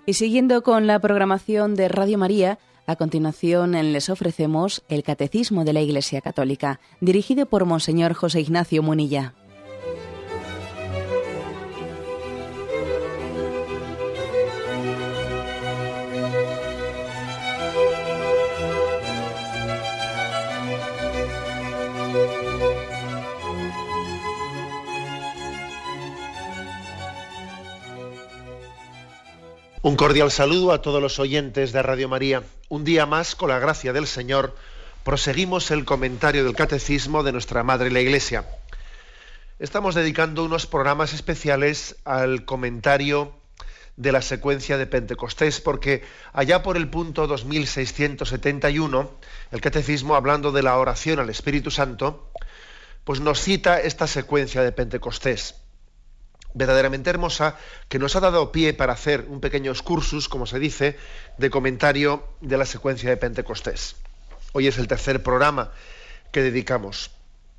Y siguiendo con la programación de Radio María, a continuación les ofrecemos el Catecismo de la Iglesia Católica, dirigido por Monseñor José Ignacio Munilla. Un cordial saludo a todos los oyentes de Radio María. Un día más, con la gracia del Señor, proseguimos el comentario del Catecismo de nuestra Madre la Iglesia. Estamos dedicando unos programas especiales al comentario de la secuencia de Pentecostés, porque allá por el punto 2671, el Catecismo, hablando de la oración al Espíritu Santo, pues nos cita esta secuencia de Pentecostés, verdaderamente hermosa, que nos ha dado pie para hacer un pequeño excursus, como se dice, de comentario de la secuencia de Pentecostés. Hoy es el tercer programa que dedicamos.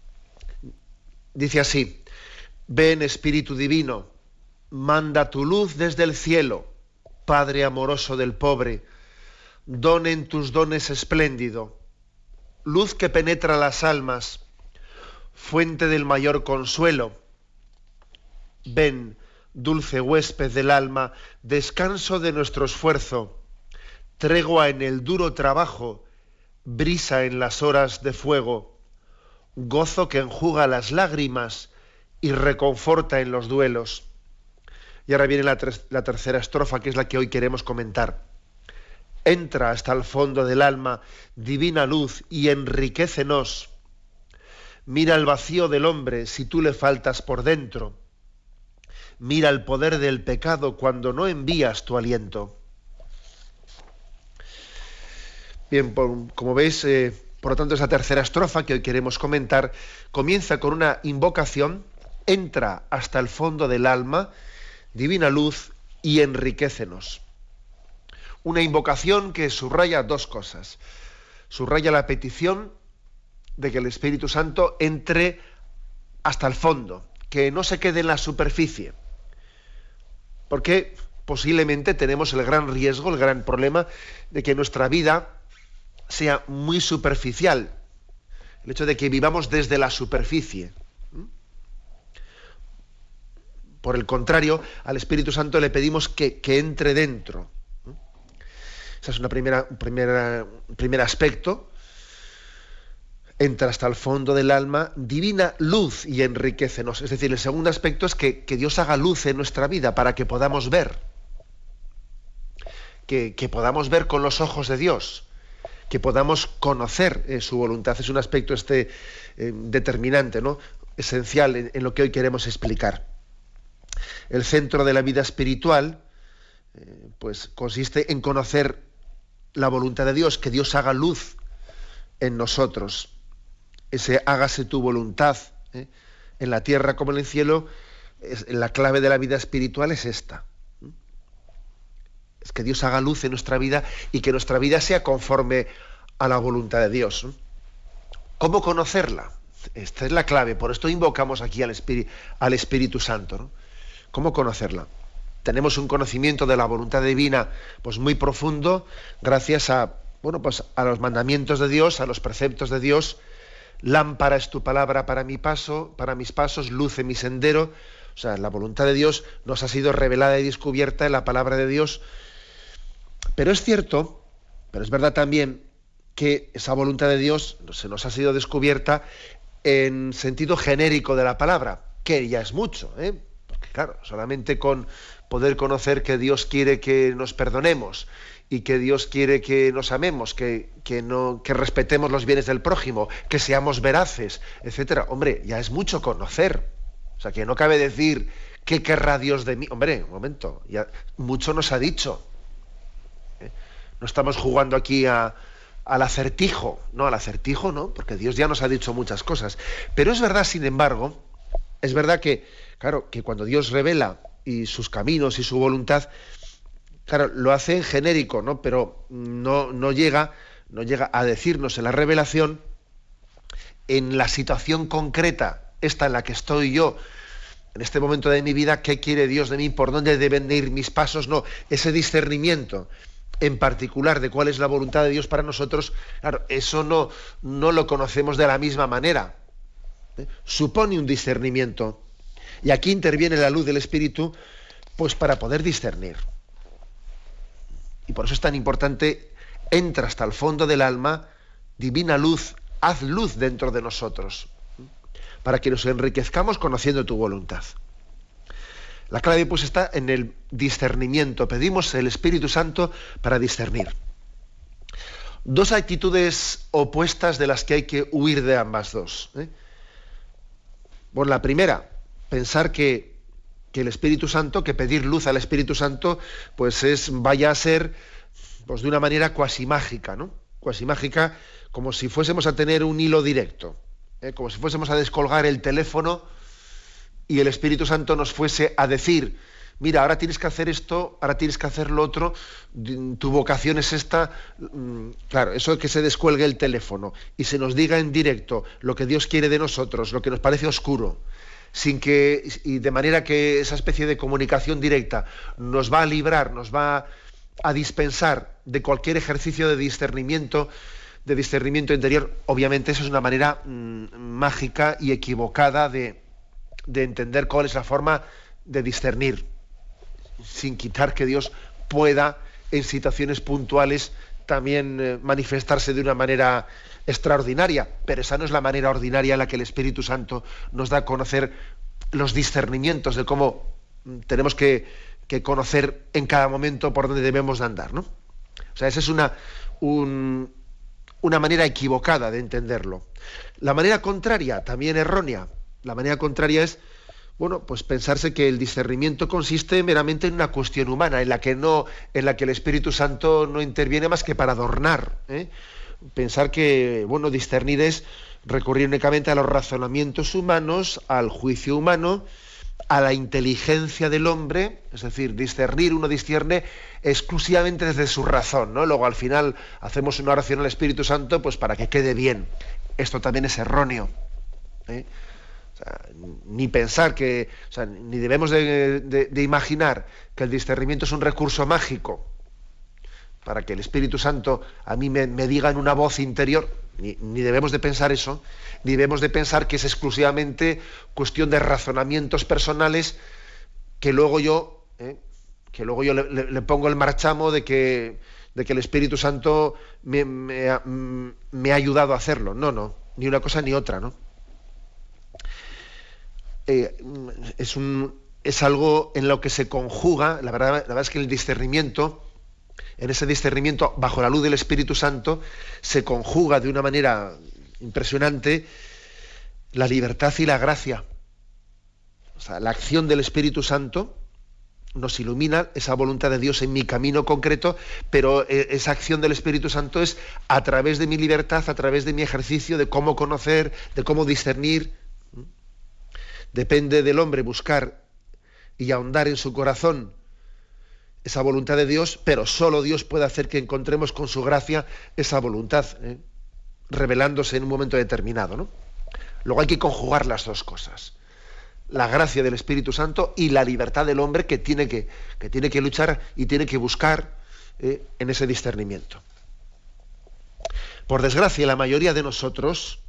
Dice así: ven, Espíritu Divino, manda tu luz desde el cielo, Padre amoroso del pobre, don en tus dones espléndido, luz que penetra las almas, fuente del mayor consuelo. Ven, dulce huésped del alma, descanso de nuestro esfuerzo, tregua en el duro trabajo, brisa en las horas de fuego, gozo que enjuga las lágrimas y reconforta en los duelos. Y ahora viene la tercera estrofa, que es la que hoy queremos comentar. Entra hasta el fondo del alma, divina luz, y enriquécenos. Mira el vacío del hombre si tú le faltas por dentro. Mira el poder del pecado cuando no envías tu aliento. Bien, como veis, por lo tanto, esa tercera estrofa que hoy queremos comentar comienza con una invocación: entra hasta el fondo del alma, divina luz, y enriquécenos. Una invocación que subraya dos cosas. Subraya la petición de que el Espíritu Santo entre hasta el fondo, que no se quede en la superficie. Porque posiblemente tenemos el gran riesgo, el gran problema de que nuestra vida sea muy superficial. El hecho de que vivamos desde la superficie. Por el contrario, al Espíritu Santo le pedimos que entre dentro. Ese es un primer aspecto. Entra hasta el fondo del alma, divina luz, y enriquécenos. Es decir, el segundo aspecto es que Dios haga luz en nuestra vida para que podamos ver. Que podamos ver con los ojos de Dios. Que podamos conocer su voluntad. Es un aspecto determinante, ¿no? Esencial en lo que hoy queremos explicar. El centro de la vida espiritual pues consiste en conocer la voluntad de Dios, que Dios haga luz en nosotros. Ese hágase tu voluntad, en la tierra como en el cielo, la clave de la vida espiritual es esta. Es que Dios haga luz en nuestra vida y que nuestra vida sea conforme a la voluntad de Dios. ¿Cómo conocerla? Esta es la clave, por esto invocamos aquí al Espíritu Santo, ¿no? ¿Cómo conocerla? Tenemos un conocimiento de la voluntad divina pues muy profundo, gracias a los mandamientos de Dios, a los preceptos de Dios. Lámpara es tu palabra para mis pasos, luz en mi sendero. O sea, la voluntad de Dios nos ha sido revelada y descubierta en la palabra de Dios. Pero es cierto, pero es verdad también, que esa voluntad de Dios se nos ha sido descubierta en sentido genérico de la palabra, que ya es mucho, porque claro, solamente con poder conocer que Dios quiere que nos perdonemos, y que Dios quiere que nos amemos, que respetemos los bienes del prójimo, que seamos veraces, etcétera. Hombre, ya es mucho conocer. O sea, que no cabe decir qué querrá Dios de mí. Hombre, un momento, ya mucho nos ha dicho. No estamos jugando aquí al acertijo. No, al acertijo no, porque Dios ya nos ha dicho muchas cosas. Pero es verdad, sin embargo, es verdad que, claro, que cuando Dios revela y sus caminos y su voluntad, claro, lo hace en genérico, ¿no? Pero no llega a decirnos en la revelación, en la situación concreta, esta en la que estoy yo en este momento de mi vida, ¿qué quiere Dios de mí? ¿Por dónde deben de ir mis pasos? No, ese discernimiento en particular de cuál es la voluntad de Dios para nosotros, claro, eso no lo conocemos de la misma manera. Supone un discernimiento. Y aquí interviene la luz del Espíritu, pues para poder discernir. Y por eso es tan importante, entra hasta el fondo del alma, divina luz, haz luz dentro de nosotros, para que nos enriquezcamos conociendo tu voluntad. La clave pues está en el discernimiento. Pedimos el Espíritu Santo para discernir. Dos actitudes opuestas de las que hay que huir de ambas dos. Bueno, la primera, pensar que el Espíritu Santo, que pedir luz al Espíritu Santo, pues vaya a ser pues de una manera cuasi mágica, ¿no? Cuasi mágica, como si fuésemos a tener un hilo directo, como si fuésemos a descolgar el teléfono y el Espíritu Santo nos fuese a decir, mira, ahora tienes que hacer esto, ahora tienes que hacer lo otro, tu vocación es esta. Claro, eso de que se descuelgue el teléfono y se nos diga en directo lo que Dios quiere de nosotros, lo que nos parece oscuro, y de manera que esa especie de comunicación directa nos va a librar, nos va a dispensar de cualquier ejercicio de discernimiento interior. Obviamente eso es una manera mágica y equivocada de entender cuál es la forma de discernir, sin quitar que Dios pueda en situaciones puntuales también manifestarse de una manera extraordinaria, pero esa no es la manera ordinaria en la que el Espíritu Santo nos da a conocer los discernimientos de cómo tenemos que conocer en cada momento por dónde debemos de andar, ¿no? O sea, esa es una manera equivocada de entenderlo. La manera contraria, también errónea, la manera contraria es, bueno, pues pensarse que el discernimiento consiste meramente en una cuestión humana, en la que el Espíritu Santo no interviene más que para adornar, Pensar que, bueno, discernir es recurrir únicamente a los razonamientos humanos, al juicio humano, a la inteligencia del hombre, es decir, discernir, uno discierne exclusivamente desde su razón, ¿no? Luego al final hacemos una oración al Espíritu Santo pues para que quede bien. Esto también es erróneo, O sea, ni pensar que, o sea, ni debemos de imaginar que el discernimiento es un recurso mágico para que el Espíritu Santo a mí me diga en una voz interior, ni debemos de pensar eso, ni debemos de pensar que es exclusivamente cuestión de razonamientos personales que luego yo le pongo el marchamo de que el Espíritu Santo me ha ayudado a hacerlo. No, ni una cosa ni otra, ¿no? Es algo en lo que se conjuga, la verdad es que en ese discernimiento, bajo la luz del Espíritu Santo, se conjuga de una manera impresionante la libertad y la gracia. O sea, la acción del Espíritu Santo nos ilumina esa voluntad de Dios en mi camino concreto, pero esa acción del Espíritu Santo es a través de mi libertad, a través de mi ejercicio, de cómo conocer, de cómo discernir. Depende del hombre buscar y ahondar en su corazón esa voluntad de Dios, pero solo Dios puede hacer que encontremos con su gracia esa voluntad, revelándose en un momento determinado, ¿no? Luego hay que conjugar las dos cosas: la gracia del Espíritu Santo y la libertad del hombre que tiene que luchar y tiene que buscar en ese discernimiento. Por desgracia, la mayoría de nosotros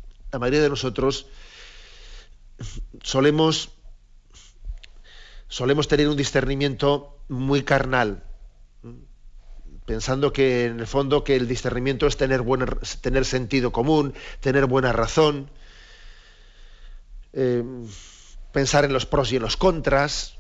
solemos tener un discernimiento muy carnal, pensando que en el fondo que el discernimiento es tener sentido común, tener buena razón, pensar en los pros y en los contras,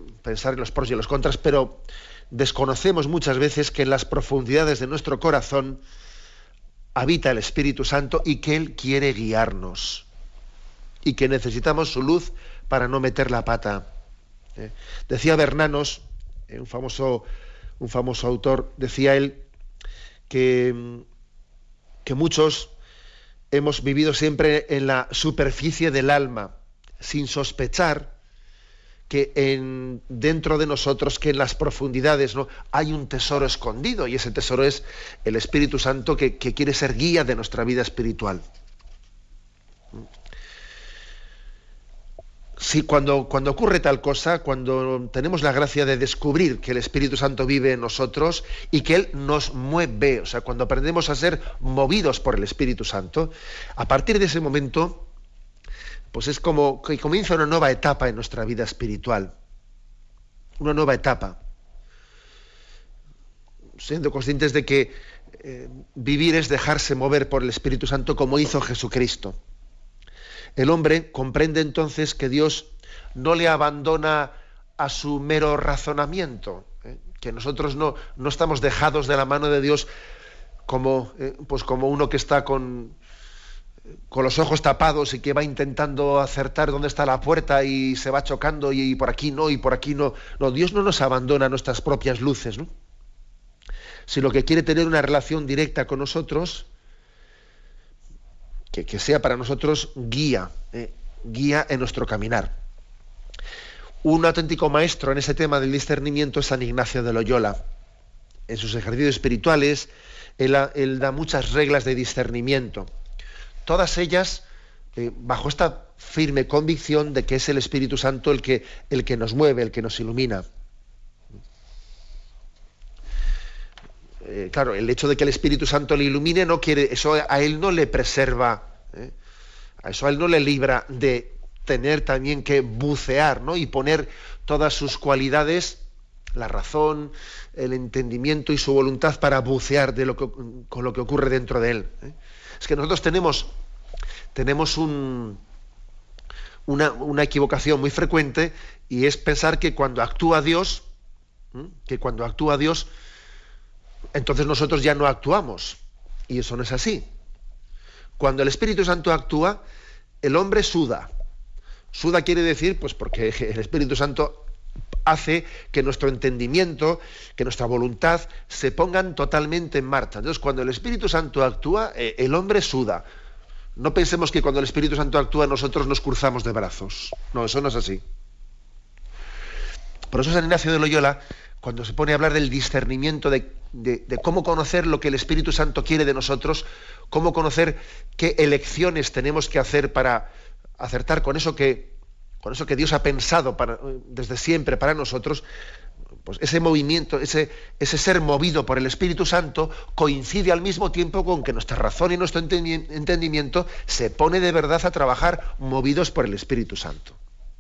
pero desconocemos muchas veces que en las profundidades de nuestro corazón habita el Espíritu Santo y que Él quiere guiarnos y que necesitamos su luz para no meter la pata. Decía Bernanos, un famoso autor, decía él que muchos hemos vivido siempre en la superficie del alma, sin sospechar que dentro de nosotros, que en las profundidades, ¿no?, hay un tesoro escondido, y ese tesoro es el Espíritu Santo que quiere ser guía de nuestra vida espiritual. si cuando ocurre tal cosa, cuando tenemos la gracia de descubrir que el Espíritu Santo vive en nosotros y que Él nos mueve, o sea, cuando aprendemos a ser movidos por el Espíritu Santo, a partir de ese momento, pues es como que comienza una nueva etapa en nuestra vida espiritual. Una nueva etapa. Siendo conscientes de que vivir es dejarse mover por el Espíritu Santo como hizo Jesucristo. El hombre comprende entonces que Dios no le abandona a su mero razonamiento, que nosotros no estamos dejados de la mano de Dios como uno que está con los ojos tapados y que va intentando acertar dónde está la puerta y se va chocando y por aquí no, y por aquí no. No, Dios no nos abandona a nuestras propias luces, ¿no? Sino que quiere tener una relación directa con nosotros, que sea para nosotros guía en nuestro caminar. Un auténtico maestro en ese tema del discernimiento es San Ignacio de Loyola. En sus ejercicios espirituales, él da muchas reglas de discernimiento. Todas ellas bajo esta firme convicción de que es el Espíritu Santo el que nos mueve, el que nos ilumina. Claro, el hecho de que el Espíritu Santo le ilumine no quiere, eso a él no le preserva, a eso a él no le libra de tener también que bucear, ¿no? Y poner todas sus cualidades, la razón, el entendimiento y su voluntad para bucear con lo que ocurre dentro de él. Es que nosotros tenemos una equivocación muy frecuente, y es pensar que cuando actúa Dios, entonces nosotros ya no actuamos. Y eso no es así. Cuando el Espíritu Santo actúa, el hombre suda. Suda quiere decir, pues porque el Espíritu Santo hace que nuestro entendimiento, que nuestra voluntad se pongan totalmente en marcha. Entonces, cuando el Espíritu Santo actúa, el hombre suda. No pensemos que cuando el Espíritu Santo actúa nosotros nos cruzamos de brazos. No, eso no es así. Por eso San Ignacio de Loyola, cuando se pone a hablar del discernimiento, de cómo conocer lo que el Espíritu Santo quiere de nosotros, cómo conocer qué elecciones tenemos que hacer para acertar con eso que Dios ha pensado desde siempre para nosotros, pues ese movimiento, ese ser movido por el Espíritu Santo coincide al mismo tiempo con que nuestra razón y nuestro entendimiento se pone de verdad a trabajar movidos por el Espíritu Santo.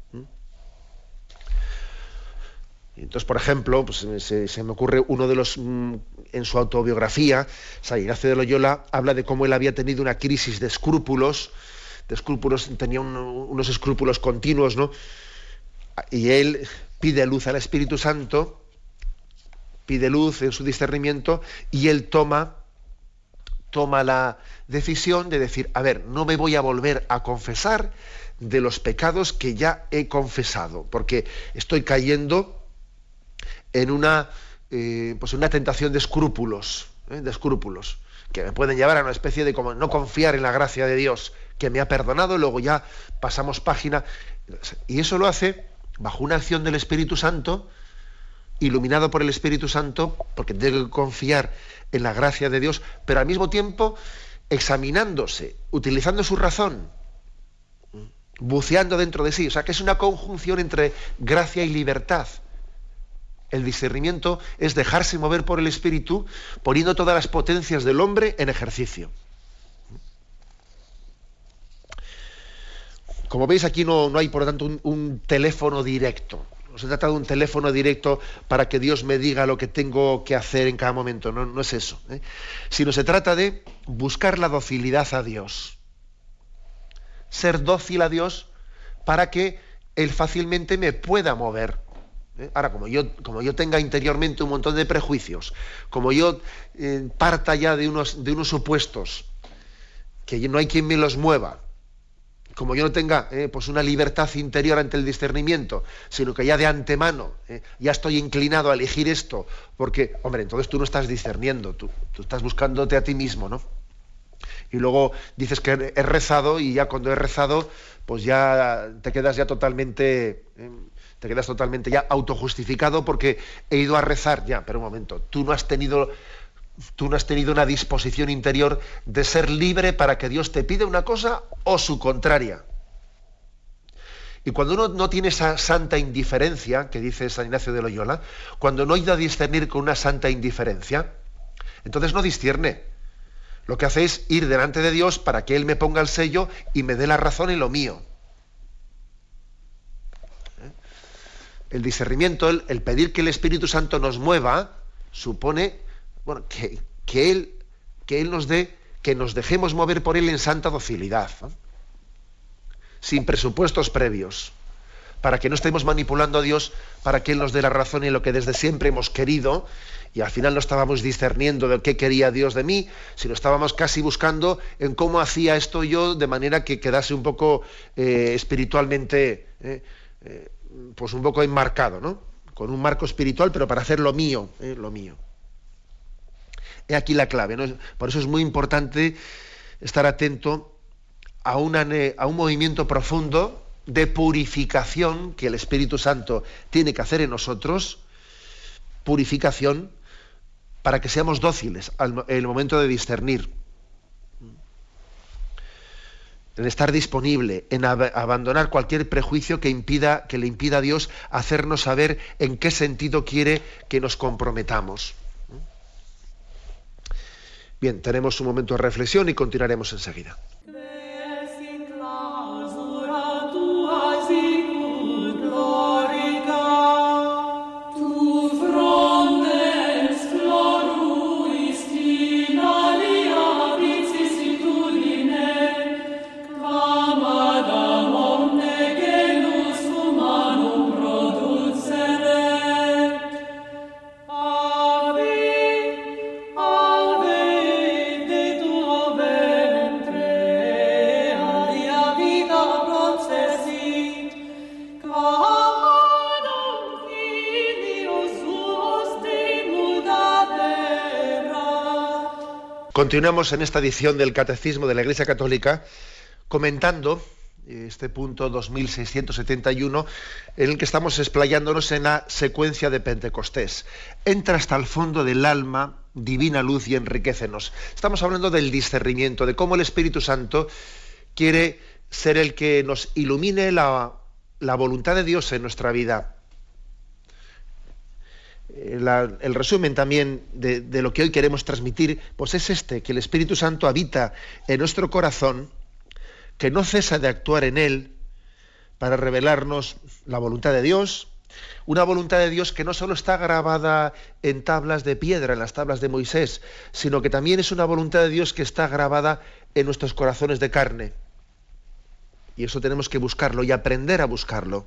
Entonces, por ejemplo, pues se me ocurre uno de los, en su autobiografía, San Ignacio de Loyola habla de cómo él había tenido una crisis de escrúpulos, tenía unos escrúpulos continuos, ¿no? Y él pide luz al Espíritu Santo, pide luz en su discernimiento, y él toma la decisión de decir, a ver, no me voy a volver a confesar de los pecados que ya he confesado, porque estoy cayendo en una tentación de escrúpulos, que me pueden llevar a una especie de como no confiar en la gracia de Dios, que me ha perdonado, y luego ya pasamos página. Y eso lo hace bajo una acción del Espíritu Santo, iluminado por el Espíritu Santo, porque tiene que confiar en la gracia de Dios, pero al mismo tiempo examinándose, utilizando su razón, buceando dentro de sí. O sea, que es una conjunción entre gracia y libertad. El discernimiento es dejarse mover por el Espíritu, poniendo todas las potencias del hombre en ejercicio. Como veis, aquí no hay, por lo tanto, un teléfono directo. No se trata de un teléfono directo para que Dios me diga lo que tengo que hacer en cada momento. No es eso, sino se trata de buscar la docilidad a Dios. Ser dócil a Dios para que Él fácilmente me pueda mover. Ahora, como yo tenga interiormente un montón de prejuicios, como yo parta ya de unos supuestos, que no hay quien me los mueva, como yo no tenga pues una libertad interior ante el discernimiento, sino que ya de antemano ya estoy inclinado a elegir esto, porque, hombre, entonces tú no estás discerniendo, tú estás buscándote a ti mismo, ¿no? Y luego dices que he rezado, y ya cuando he rezado, pues ya te quedas ya totalmente... Te quedas totalmente ya autojustificado porque he ido a rezar. Ya, pero un momento, tú no has tenido una disposición interior de ser libre para que Dios te pida una cosa o su contraria. Y cuando uno no tiene esa santa indiferencia, que dice San Ignacio de Loyola, cuando no ha ido a discernir con una santa indiferencia, entonces no discierne. Lo que hace es ir delante de Dios para que Él me ponga el sello y me dé la razón en lo mío. El discernimiento, el pedir que el Espíritu Santo nos mueva, supone, bueno, que Él nos dé, que nos dejemos mover por Él en santa docilidad, ¿no? Sin presupuestos previos, para que no estemos manipulando a Dios para que Él nos dé la razón en lo que desde siempre hemos querido, y al final no estábamos discerniendo de qué quería Dios de mí, sino estábamos casi buscando en cómo hacía esto yo de manera que quedase un poco espiritualmente, pues un poco enmarcado, ¿no? Con un marco espiritual, pero para hacer lo mío, lo mío. He aquí la clave, ¿no? Por eso es muy importante estar atento a un movimiento profundo de purificación que el Espíritu Santo tiene que hacer en nosotros, purificación para que seamos dóciles en el momento de discernir, en estar disponible, en abandonar cualquier prejuicio que le impida a Dios hacernos saber en qué sentido quiere que nos comprometamos. Bien, tenemos un momento de reflexión y continuaremos enseguida. Continuamos en esta edición del Catecismo de la Iglesia Católica comentando este punto 2671 en el que estamos explayándonos en la secuencia de Pentecostés. Entra hasta el fondo del alma, divina luz, y enriquécenos. Estamos hablando del discernimiento, de cómo el Espíritu Santo quiere ser el que nos ilumine la voluntad de Dios en nuestra vida. El resumen también de lo que hoy queremos transmitir, pues es que el Espíritu Santo habita en nuestro corazón, que no cesa de actuar en él para revelarnos la voluntad de Dios, una voluntad de Dios que no solo está grabada en tablas de piedra, en las tablas de Moisés, sino que también es una voluntad de Dios que está grabada en nuestros corazones de carne. Y eso tenemos que buscarlo y aprender a buscarlo.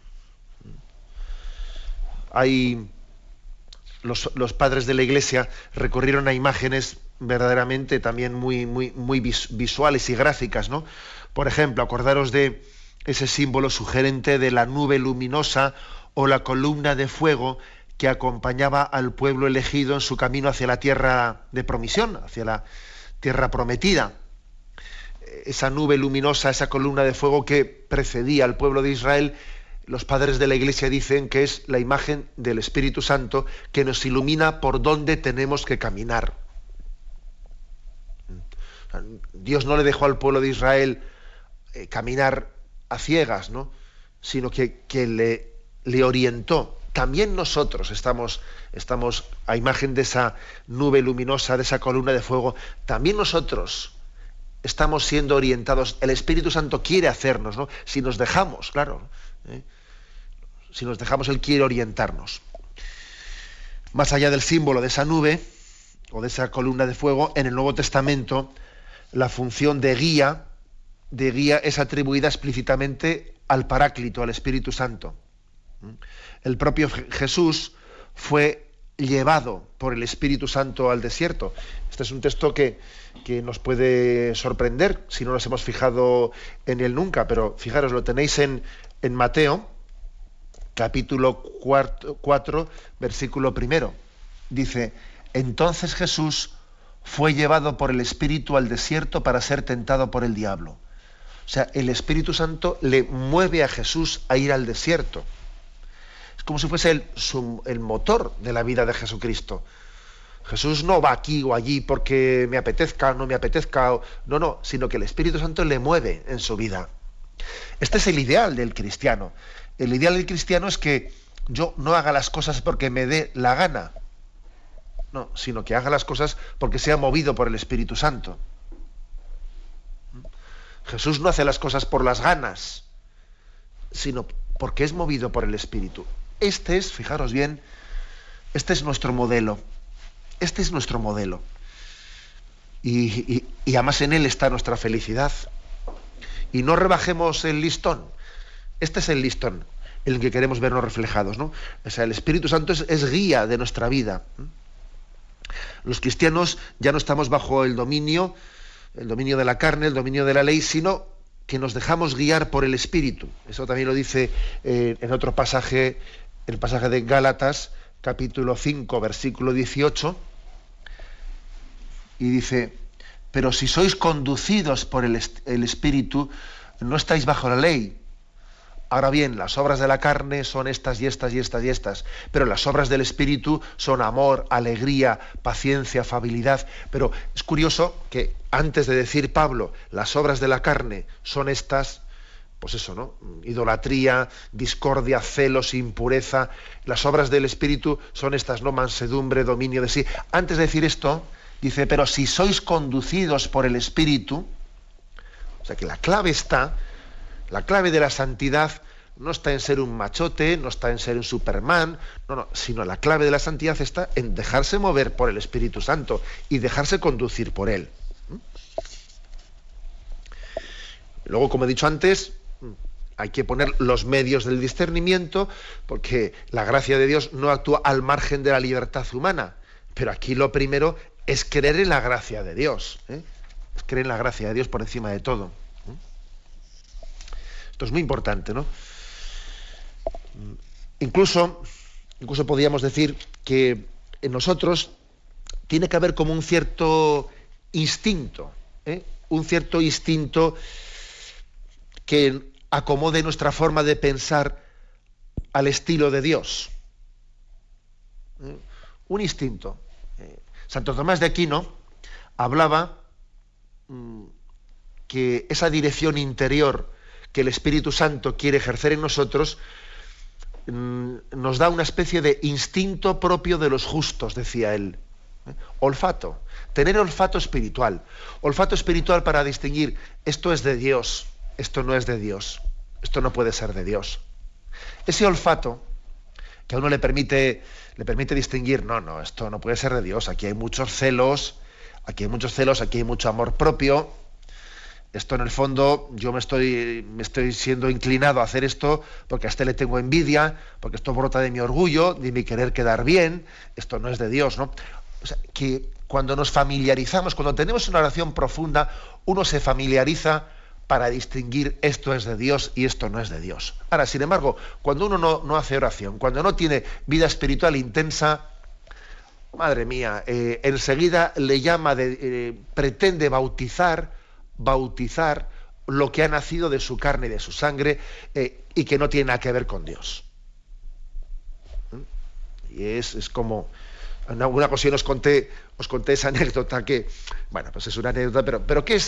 Los padres de la Iglesia recurrieron a imágenes verdaderamente también muy visuales y gráficas, ¿no? Por ejemplo, acordaros de ese símbolo sugerente de la nube luminosa o la columna de fuego que acompañaba al pueblo elegido en su camino hacia la tierra de promisión, hacia la tierra prometida. Esa nube luminosa, esa columna de fuego que precedía al pueblo de Israel, los padres de la Iglesia dicen que es la imagen del Espíritu Santo que nos ilumina por dónde tenemos que caminar. Dios no le dejó al pueblo de Israel caminar a ciegas, ¿no? Sino que le orientó. También nosotros estamos a imagen de esa nube luminosa, de esa columna de fuego, también nosotros estamos siendo orientados. El Espíritu Santo quiere hacernos, ¿no? Si nos dejamos, claro, si nos dejamos, Él quiere orientarnos. Más allá del símbolo de esa nube o de esa columna de fuego, en el Nuevo Testamento la función de guía es atribuida explícitamente al Paráclito, al Espíritu Santo. El propio Jesús fue llevado por el Espíritu Santo al desierto. Este es un texto que nos puede sorprender si no nos hemos fijado en él nunca, pero fijaros, lo tenéis en Mateo, capítulo 4, versículo 1. Dice: entonces Jesús fue llevado por el Espíritu al desierto para ser tentado por el diablo. O sea, el Espíritu Santo le mueve a Jesús a ir al desierto. Es como si fuese el motor de la vida de Jesucristo. Jesús no va aquí o allí porque me apetezca o no me apetezca, no, sino que el Espíritu Santo le mueve en su vida. Este es el ideal del cristiano. El ideal del cristiano es que yo no haga las cosas porque me dé la gana, no, sino que haga las cosas porque sea movido por el Espíritu Santo. Jesús no hace las cosas por las ganas, sino porque es movido por el Espíritu. Este es, fijaros bien, este es nuestro modelo. Este es nuestro modelo. Y además en él está nuestra felicidad. Y no rebajemos el listón. Este es el listón en el que queremos vernos reflejados, ¿no? O sea, el Espíritu Santo es guía de nuestra vida. Los cristianos ya no estamos bajo el dominio de la carne, el dominio de la ley, sino que nos dejamos guiar por el Espíritu. Eso también lo dice en otro pasaje, el pasaje de Gálatas, capítulo 5, versículo 18, y dice: pero si sois conducidos por el Espíritu, no estáis bajo la ley. Ahora bien, las obras de la carne son estas y estas y estas y estas, pero las obras del Espíritu son amor, alegría, paciencia, afabilidad. Pero es curioso que antes de decir Pablo, las obras de la carne son estas, pues eso, ¿no? Idolatría, discordia, celos, impureza. Las obras del Espíritu son estas, ¿no? Mansedumbre, dominio de sí. Antes de decir esto, dice: pero si sois conducidos por el Espíritu, o sea que la clave de la santidad no está en ser un machote, no está en ser un Superman, no, sino la clave de la santidad está en dejarse mover por el Espíritu Santo y dejarse conducir por él. Luego, como he dicho antes, hay que poner los medios del discernimiento, porque la gracia de Dios no actúa al margen de la libertad humana. Pero aquí lo primero es creer en la gracia de Dios, es creer en la gracia de Dios por encima de todo. Esto es muy importante, ¿no? Incluso podríamos decir que en nosotros tiene que haber como un cierto instinto, que acomode nuestra forma de pensar al estilo de Dios. Un instinto. Santo Tomás de Aquino hablaba que esa dirección interior que el Espíritu Santo quiere ejercer en nosotros nos da una especie de instinto propio de los justos, decía él. Olfato, tener olfato espiritual para distinguir: esto es de Dios, esto no es de Dios, esto no puede ser de Dios. Ese olfato que a uno le permite distinguir: no, esto no puede ser de Dios, aquí hay muchos celos, aquí hay mucho amor propio. Esto en el fondo yo me estoy siendo inclinado a hacer esto porque a este le tengo envidia, porque esto brota de mi orgullo, de mi querer quedar bien. Esto no es de Dios, ¿no? O sea, que cuando nos familiarizamos, cuando tenemos una oración profunda, uno se familiariza para distinguir: esto es de Dios y esto no es de Dios. Ahora, sin embargo, cuando uno no hace oración, cuando no tiene vida espiritual intensa, madre mía, enseguida le llama, pretende bautizar lo que ha nacido de su carne y de su sangre, y que no tiene nada que ver con Dios. Y es como, en alguna ocasión os conté esa anécdota que, bueno, pues es una anécdota, pero que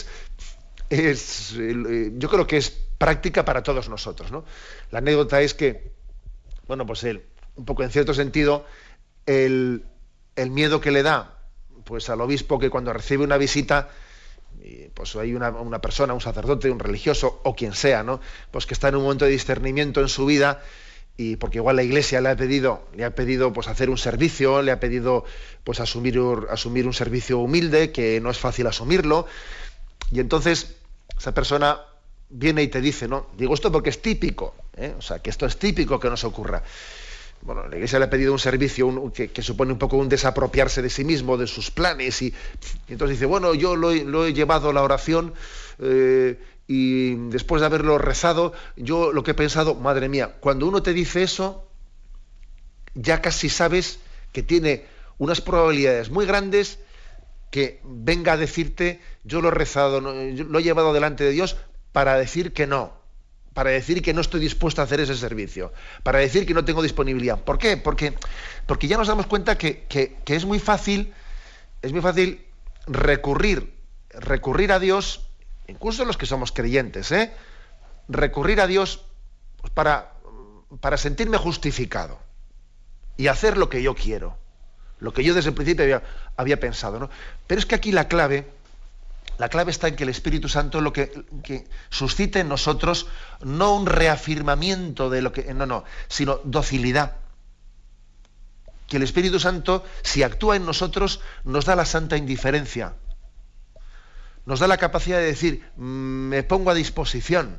yo creo que es práctica para todos nosotros, ¿no? La anécdota es que, bueno, pues un poco en cierto sentido, el miedo que le da, pues al obispo, que cuando recibe una visita, pues hay una persona, un sacerdote, un religioso o quien sea, ¿no? Pues que está en un momento de discernimiento en su vida, y porque igual la Iglesia le ha pedido pues hacer un servicio, le ha pedido pues asumir un servicio humilde que no es fácil asumirlo, y entonces esa persona viene y te dice, ¿no? Digo esto porque es típico, o sea, que esto es típico que nos ocurra. Bueno, la Iglesia le ha pedido un servicio que supone un poco un desapropiarse de sí mismo, de sus planes, y entonces dice: bueno, yo lo he llevado a la oración, y después de haberlo rezado, yo lo que he pensado, madre mía, cuando uno te dice eso, ya casi sabes que tiene unas probabilidades muy grandes que venga a decirte: yo lo he rezado, lo he llevado delante de Dios para decir que no, para decir que no estoy dispuesto a hacer ese servicio, para decir que no tengo disponibilidad. ¿Por qué? Porque ya nos damos cuenta que es muy fácil recurrir a Dios, incluso los que somos creyentes, recurrir a Dios pues, para sentirme justificado y hacer lo que yo quiero, lo que yo desde el principio había pensado, ¿no? Pero es que aquí la clave está en que el Espíritu Santo lo que suscite en nosotros no un reafirmamiento de lo que, no, sino docilidad. Que el Espíritu Santo, si actúa en nosotros, nos da la santa indiferencia. Nos da la capacidad de decir, me pongo a disposición.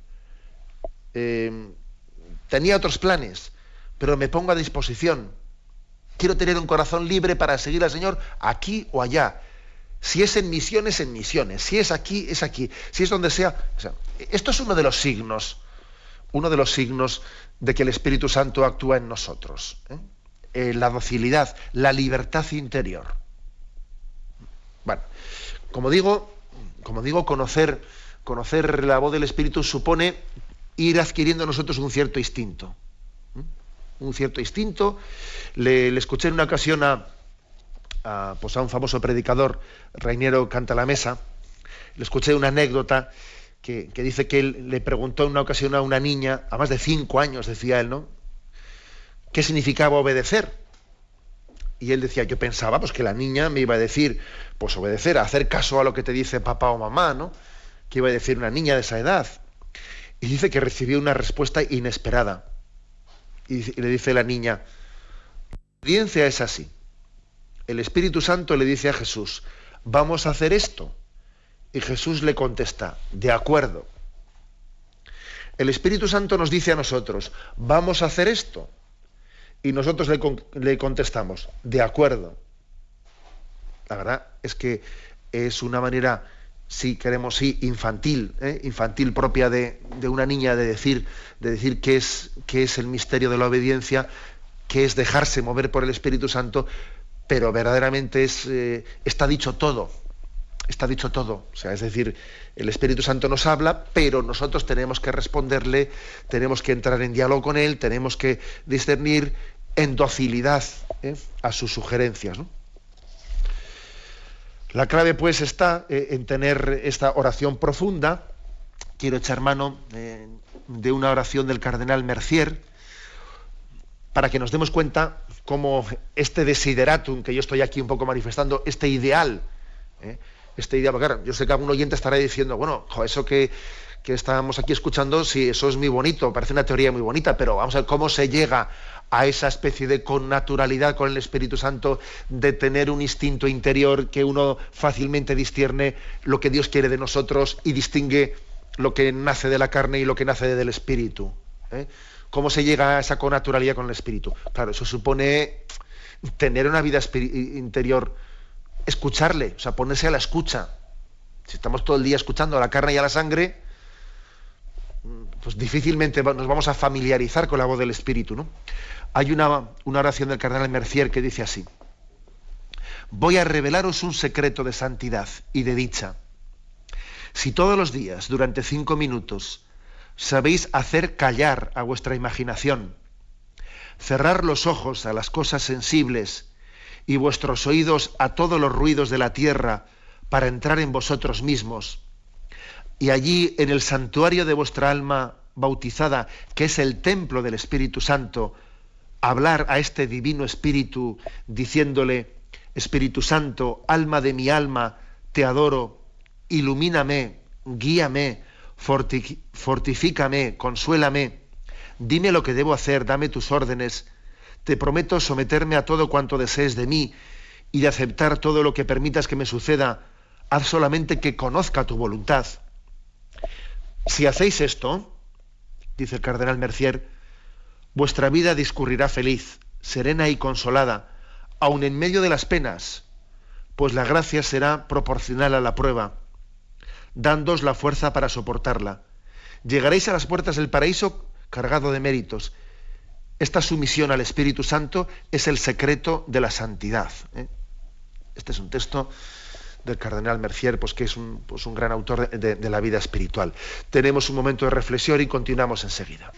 Tenía otros planes, pero me pongo a disposición. Quiero tener un corazón libre para seguir al Señor aquí o allá. Si es en misiones, en misiones. Si es aquí, es aquí. Si es donde sea. O sea, esto es uno de los signos de que el Espíritu Santo actúa en nosotros. La docilidad, la libertad interior. Bueno, como digo, conocer la voz del Espíritu supone ir adquiriendo en nosotros un cierto instinto. Un cierto instinto. Le escuché en una ocasión a un famoso predicador, Rainiero Cantalamessa. Le escuché una anécdota que dice que él le preguntó en una ocasión a una niña, a más de 5 años, decía él, ¿no?, ¿qué significaba obedecer? Y él decía, yo pensaba pues que la niña me iba a decir, pues obedecer, hacer caso a lo que te dice papá o mamá, ¿no? ¿Qué iba a decir una niña de esa edad? Y dice que recibió una respuesta inesperada. Y le dice la niña, la obediencia es así. El Espíritu Santo le dice a Jesús, vamos a hacer esto. Y Jesús le contesta, de acuerdo. El Espíritu Santo nos dice a nosotros, vamos a hacer esto. Y nosotros le contestamos, de acuerdo. La verdad es que es una manera, si queremos, sí, infantil propia de una niña de decir qué es el misterio de la obediencia, qué es dejarse mover por el Espíritu Santo, pero verdaderamente está dicho todo. Está dicho todo. O sea, es decir, el Espíritu Santo nos habla, pero nosotros tenemos que responderle, tenemos que entrar en diálogo con él, tenemos que discernir en docilidad a sus sugerencias, ¿no? La clave, pues, está en tener esta oración profunda. Quiero echar mano de una oración del cardenal Mercier para que nos demos cuenta cómo este desideratum que yo estoy aquí un poco manifestando, este ideal, porque claro, yo sé que algún oyente estará diciendo, bueno, eso que estamos aquí escuchando, sí, eso es muy bonito, parece una teoría muy bonita, pero vamos a ver cómo se llega a esa especie de connaturalidad con el Espíritu Santo, de tener un instinto interior que uno fácilmente discierne lo que Dios quiere de nosotros y distingue lo que nace de la carne y lo que nace del Espíritu. ¿Cómo se llega a esa connaturalidad con el Espíritu? Claro, eso supone tener una vida interior, escucharle, o sea, ponerse a la escucha. Si estamos todo el día escuchando a la carne y a la sangre, pues difícilmente nos vamos a familiarizar con la voz del Espíritu, ¿no? Hay una oración del cardenal Mercier que dice así: voy a revelaros un secreto de santidad y de dicha. Si todos los días, durante 5 minutos, sabéis hacer callar a vuestra imaginación, cerrar los ojos a las cosas sensibles y vuestros oídos a todos los ruidos de la tierra para entrar en vosotros mismos, y allí en el santuario de vuestra alma bautizada, que es el templo del Espíritu Santo, hablar a este divino Espíritu diciéndole: Espíritu Santo, alma de mi alma, te adoro, ilumíname, guíame, fortifícame, consuélame, dime lo que debo hacer, dame tus órdenes, te prometo someterme a todo cuanto desees de mí y de aceptar todo lo que permitas que me suceda, haz solamente que conozca tu voluntad. Si hacéis esto, dice el cardenal Mercier, vuestra vida discurrirá feliz, serena y consolada, aun en medio de las penas, pues la gracia será proporcional a la prueba, dándoos la fuerza para soportarla. Llegaréis a las puertas del paraíso cargado de méritos. Esta sumisión al Espíritu Santo es el secreto de la santidad. Este es un texto del cardenal Mercier, pues que es un gran autor de la vida espiritual. Tenemos un momento de reflexión y continuamos enseguida.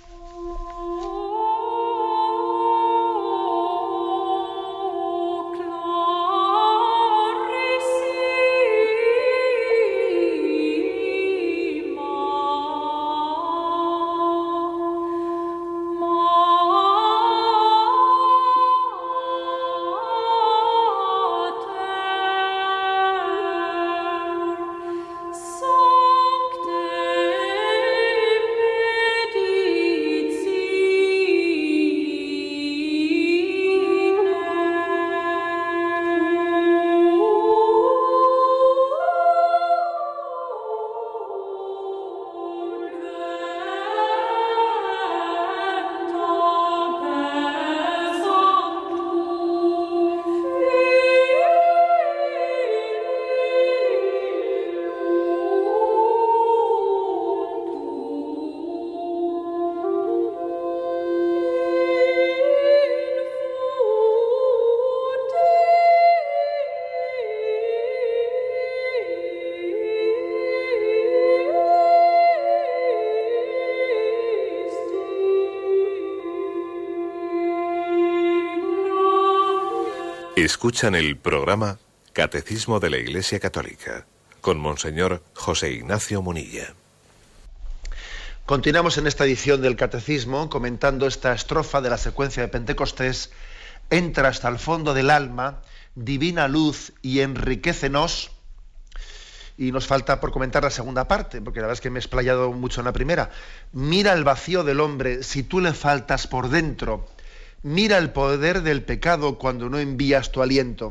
Escuchan el programa Catecismo de la Iglesia Católica con Monseñor José Ignacio Munilla. Continuamos en esta edición del Catecismo comentando esta estrofa de la secuencia de Pentecostés: entra hasta el fondo del alma, divina luz, y enriquécenos. Y nos falta por comentar la segunda parte, porque la verdad es que me he explayado mucho en la primera. Mira el vacío del hombre si tú le faltas por dentro. Mira el poder del pecado cuando no envías tu aliento.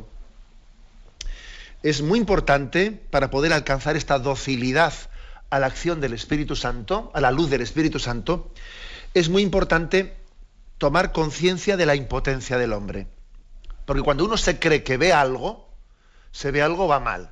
Es muy importante, para poder alcanzar esta docilidad a la acción del Espíritu Santo, a la luz del Espíritu Santo, es muy importante tomar conciencia de la impotencia del hombre. Porque cuando uno se cree que ve algo, va mal.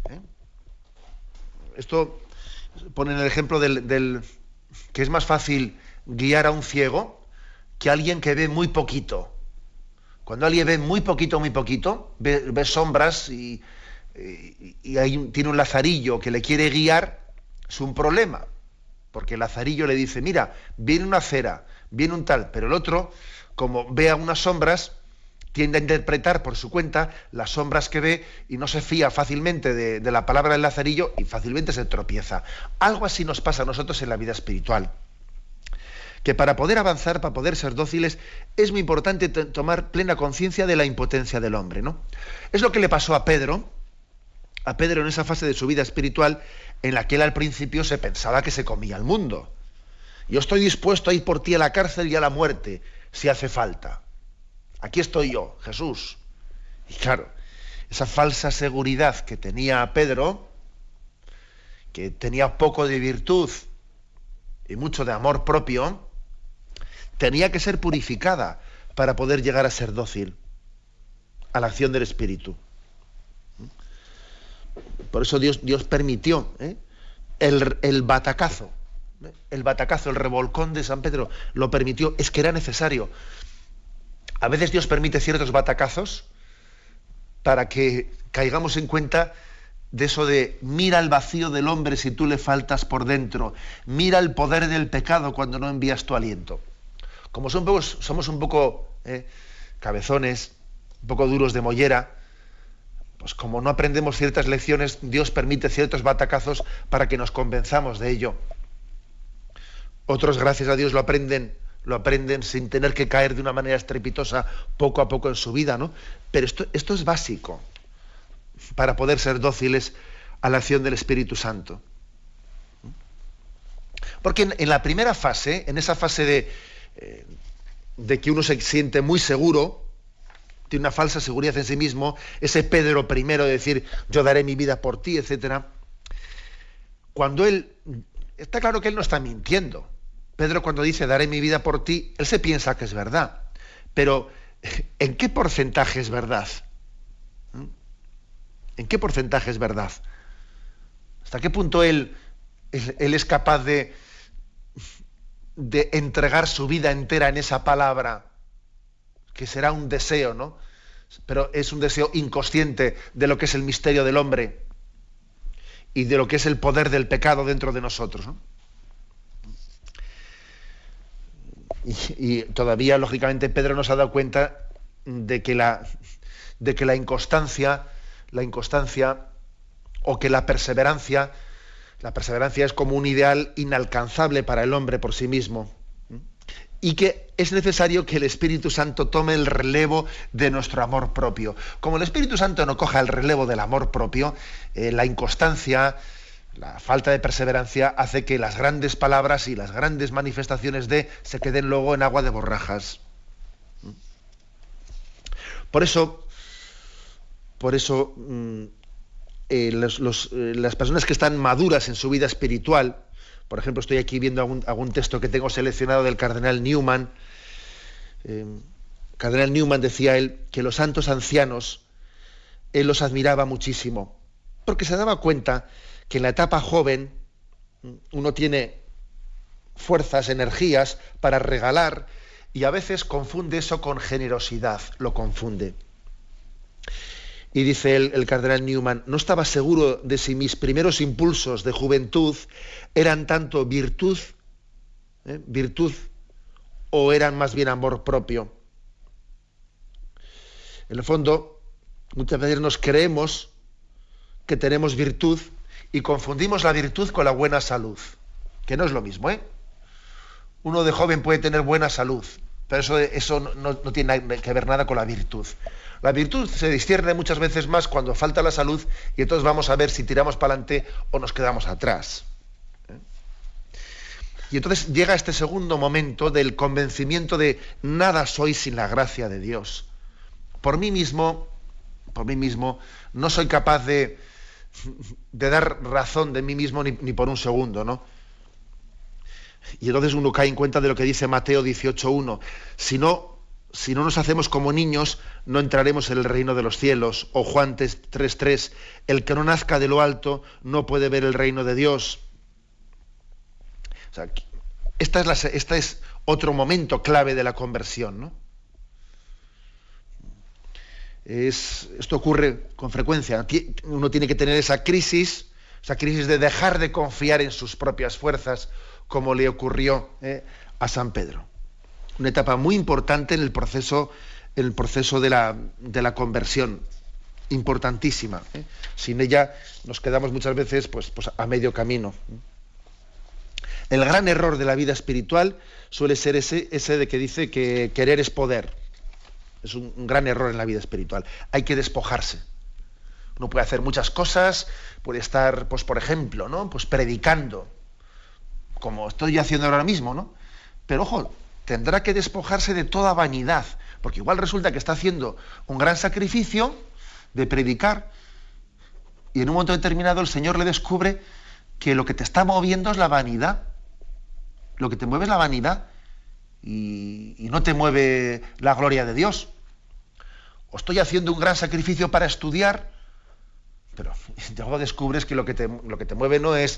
Esto pone el ejemplo del que es más fácil guiar a un ciego que a alguien que ve muy poquito. Cuando alguien ve muy poquito, ve sombras y ahí tiene un lazarillo que le quiere guiar, es un problema. Porque el lazarillo le dice, mira, viene una cera, viene un tal, pero el otro, como ve a unas sombras, tiende a interpretar por su cuenta las sombras que ve y no se fía fácilmente de la palabra del lazarillo y fácilmente se tropieza. Algo así nos pasa a nosotros en la vida espiritual. Que para poder avanzar, para poder ser dóciles, es muy importante tomar plena conciencia de la impotencia del hombre, ¿no? Es lo que le pasó a Pedro en esa fase de su vida espiritual en la que él al principio se pensaba que se comía el mundo. Yo estoy dispuesto a ir por ti a la cárcel y a la muerte, si hace falta. Aquí estoy yo, Jesús. Y claro, esa falsa seguridad que tenía Pedro, que tenía poco de virtud y mucho de amor propio, tenía que ser purificada para poder llegar a ser dócil a la acción del Espíritu. Por eso Dios permitió el batacazo, el revolcón de San Pedro, lo permitió, es que era necesario. A veces Dios permite ciertos batacazos para que caigamos en cuenta de eso de mira el vacío del hombre si tú le faltas por dentro, mira el poder del pecado cuando no envías tu aliento. Como somos un poco cabezones, un poco duros de mollera, pues como no aprendemos ciertas lecciones, Dios permite ciertos batacazos para que nos convenzamos de ello. Otros, gracias a Dios, lo aprenden sin tener que caer de una manera estrepitosa poco a poco en su vida, ¿no? Pero esto es básico para poder ser dóciles a la acción del Espíritu Santo. Porque en la primera fase, en esa fase de que uno se siente muy seguro, tiene una falsa seguridad en sí mismo, ese Pedro primero de decir, yo daré mi vida por ti, etcétera, cuando está claro que él no está mintiendo. Pedro, cuando dice daré mi vida por ti, él se piensa que es verdad. Pero ¿en qué porcentaje es verdad? ¿En qué porcentaje es verdad? ¿Hasta qué punto él es capaz de entregar su vida entera en esa palabra, que será un deseo, ¿no? Pero es un deseo inconsciente de lo que es el misterio del hombre y de lo que es el poder del pecado dentro de nosotros, ¿no? Y todavía, lógicamente, Pedro nos ha dado cuenta de que la inconstancia o que la perseverancia es como un ideal inalcanzable para el hombre por sí mismo, y que es necesario que el Espíritu Santo tome el relevo de nuestro amor propio. Como el Espíritu Santo no coja el relevo del amor propio, la inconstancia, la falta de perseverancia hace que las grandes palabras y las grandes manifestaciones se queden luego en agua de borrajas. Por eso las personas que están maduras en su vida espiritual, por ejemplo, estoy aquí viendo algún texto que tengo seleccionado del cardenal Newman. Cardenal Newman decía él que los santos ancianos, él los admiraba muchísimo, porque se daba cuenta que en la etapa joven uno tiene fuerzas, energías para regalar, y a veces confunde eso con generosidad, lo confunde. Y dice el cardenal Newman, no estaba seguro de si mis primeros impulsos de juventud eran tanto virtud o eran más bien amor propio. En el fondo, Muchas veces nos creemos que tenemos virtud y confundimos la virtud con la buena salud, que no es lo mismo, ¿eh? Uno de joven puede tener buena salud, pero eso no tiene que ver nada con la virtud. La virtud se discierne muchas veces más cuando falta la salud y entonces vamos a ver si tiramos para adelante o nos quedamos atrás. Y entonces llega este segundo momento del convencimiento de nada soy sin la gracia de Dios. Por mí mismo, no soy capaz de dar razón de mí mismo ni por un segundo, ¿no? Y entonces uno cae en cuenta de lo que dice Mateo 18:1. Si no nos hacemos como niños, no entraremos en el reino de los cielos. O Juan 3:3, el que no nazca de lo alto no puede ver el reino de Dios. O sea, este es otro momento clave de la conversión, ¿no? Esto ocurre con frecuencia. Uno tiene que tener esa crisis de dejar de confiar en sus propias fuerzas, como le ocurrió a San Pedro. Una etapa muy importante en el proceso de la conversión, importantísima. Sin ella nos quedamos muchas veces pues a medio camino. El gran error de la vida espiritual suele ser ese de que dice que querer es poder. Es un gran error en la vida espiritual. Hay que despojarse. Uno puede hacer muchas cosas, puede estar, pues por ejemplo, ¿no? Pues predicando, como estoy haciendo ahora mismo, ¿no? Pero ojo, tendrá que despojarse de toda vanidad, porque igual resulta que está haciendo un gran sacrificio de predicar y en un momento determinado el Señor le descubre que lo que te está moviendo es la vanidad. Lo que te mueve es la vanidad y no te mueve la gloria de Dios. O estoy haciendo un gran sacrificio para estudiar, pero luego descubres que lo que te mueve no es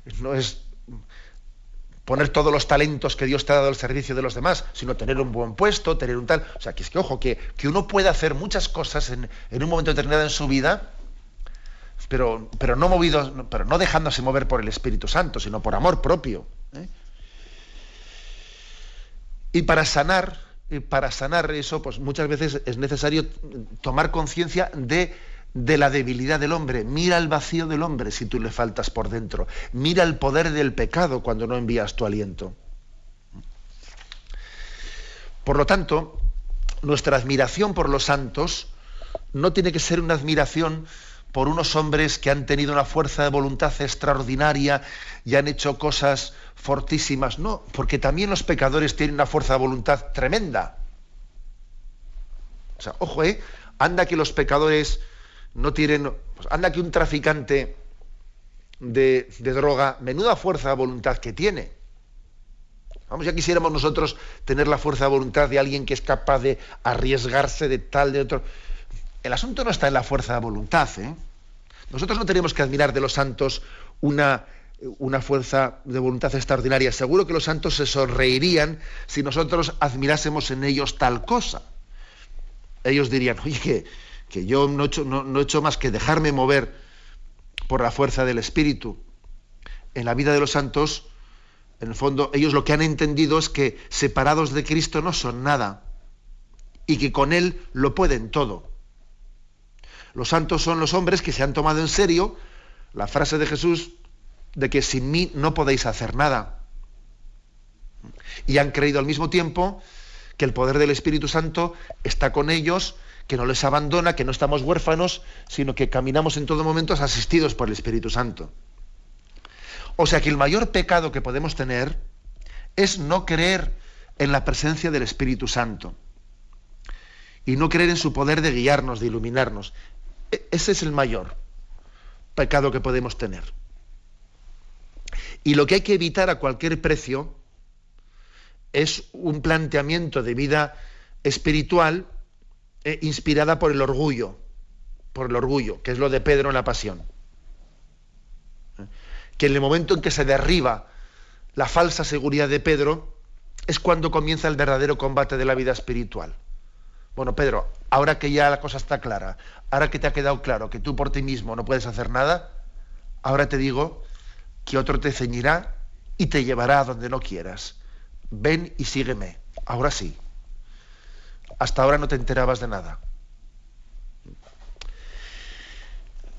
poner todos los talentos que Dios te ha dado al servicio de los demás, sino tener un buen puesto, tener un tal... O sea, que es que, ojo, que uno puede hacer muchas cosas en un momento determinado en su vida, pero no dejándose mover por el Espíritu Santo, sino por amor propio. Y para sanar eso, pues muchas veces es necesario tomar conciencia de la debilidad del hombre. Mira el vacío del hombre si tú le faltas por dentro. Mira el poder del pecado cuando no envías tu aliento. Por lo tanto, nuestra admiración por los santos no tiene que ser una admiración por unos hombres que han tenido una fuerza de voluntad extraordinaria y han hecho cosas fortísimas. No, porque también los pecadores tienen una fuerza de voluntad tremenda. O sea, ojo, anda que los pecadores no tienen... Pues anda que un traficante de droga, menuda fuerza de voluntad que tiene. Vamos, ya quisiéramos nosotros tener la fuerza de voluntad de alguien que es capaz de arriesgarse de tal, de otro... El asunto no está en la fuerza de voluntad, Nosotros no tenemos que admirar de los santos una fuerza de voluntad extraordinaria. Seguro que los santos se sonreirían si nosotros admirásemos en ellos tal cosa. Ellos dirían, oye, que yo no he hecho más que dejarme mover por la fuerza del Espíritu. En la vida de los santos, en el fondo, ellos lo que han entendido es que separados de Cristo no son nada y que con Él lo pueden todo. Los santos son los hombres que se han tomado en serio la frase de Jesús de que sin mí no podéis hacer nada. Y han creído al mismo tiempo que el poder del Espíritu Santo está con ellos, que no les abandona, que no estamos huérfanos, sino que caminamos en todo momento asistidos por el Espíritu Santo. O sea que el mayor pecado que podemos tener es no creer en la presencia del Espíritu Santo y no creer en su poder de guiarnos, de iluminarnos. Ese es el mayor pecado que podemos tener. Y lo que hay que evitar a cualquier precio es un planteamiento de vida espiritual inspirada por el orgullo, que es lo de Pedro en la pasión. Que en el momento en que se derriba la falsa seguridad de Pedro, es cuando comienza el verdadero combate de la vida espiritual. Bueno, Pedro, ahora que ya la cosa está clara, ahora que te ha quedado claro que tú por ti mismo no puedes hacer nada, ahora te digo que otro te ceñirá y te llevará a donde no quieras. Ven y sígueme. Ahora sí. Hasta ahora no te enterabas de nada.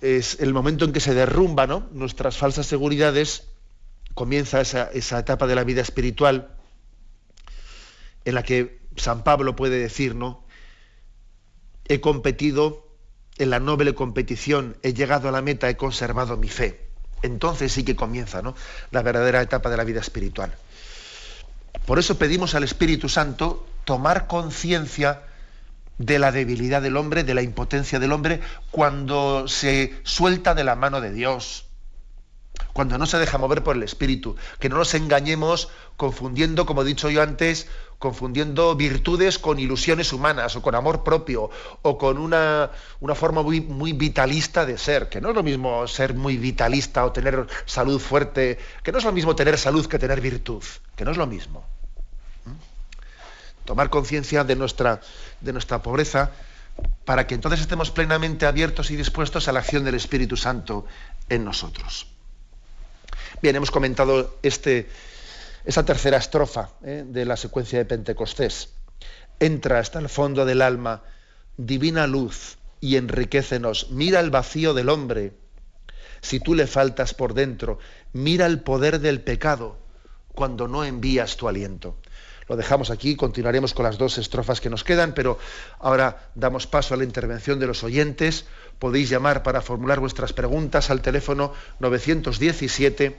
es el momento en que se derrumba, ¿no?, nuestras falsas seguridades, comienza esa etapa de la vida espiritual en la que San Pablo puede decir, ¿no?, he competido en la noble competición, he llegado a la meta, he conservado mi fe. Entonces sí que comienza, ¿no?, la verdadera etapa de la vida espiritual. Por eso pedimos al Espíritu Santo tomar conciencia de la debilidad del hombre, de la impotencia del hombre, cuando se suelta de la mano de Dios, cuando no se deja mover por el Espíritu, que no nos engañemos confundiendo, como he dicho yo antes, confundiendo virtudes con ilusiones humanas, o con amor propio, o con una forma muy vitalista de ser, que no es lo mismo ser muy vitalista o tener salud fuerte, que no es lo mismo tener salud que tener virtud, que no es lo mismo. Tomar conciencia de nuestra pobreza, para que entonces estemos plenamente abiertos y dispuestos a la acción del Espíritu Santo en nosotros. Bien, hemos comentado esa tercera estrofa de la secuencia de Pentecostés. Entra hasta el fondo del alma, divina luz, y enriquécenos. Mira el vacío del hombre. Si tú le faltas por dentro, mira el poder del pecado cuando no envías tu aliento. Lo dejamos aquí, continuaremos con las 2 estrofas que nos quedan, pero ahora damos paso a la intervención de los oyentes. Podéis llamar para formular vuestras preguntas al teléfono 917-107-700.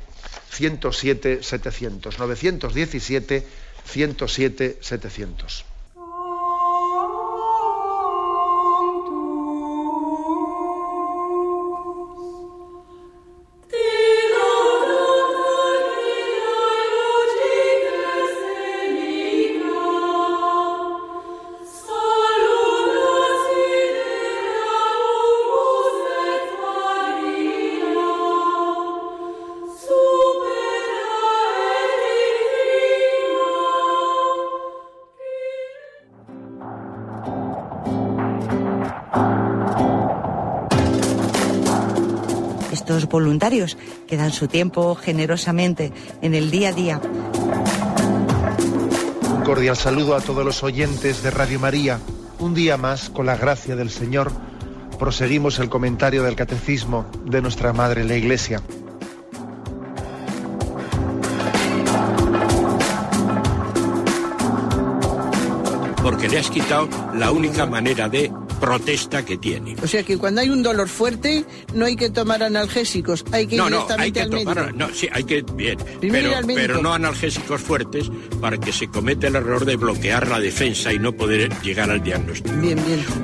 917-107-700. Estos voluntarios que dan su tiempo generosamente en el día a día. Un cordial saludo a todos los oyentes de Radio María. Un día más, con la gracia del Señor, proseguimos el comentario del Catecismo de nuestra Madre la Iglesia. Porque le has quitado la única manera de protesta que tiene. O sea que cuando hay un dolor fuerte no hay que tomar analgésicos, hay que ir directamente al médico. Sí, hay que, bien, Primero pero no analgésicos fuertes para que se cometa el error de bloquear la defensa y no poder llegar al diagnóstico. Bien.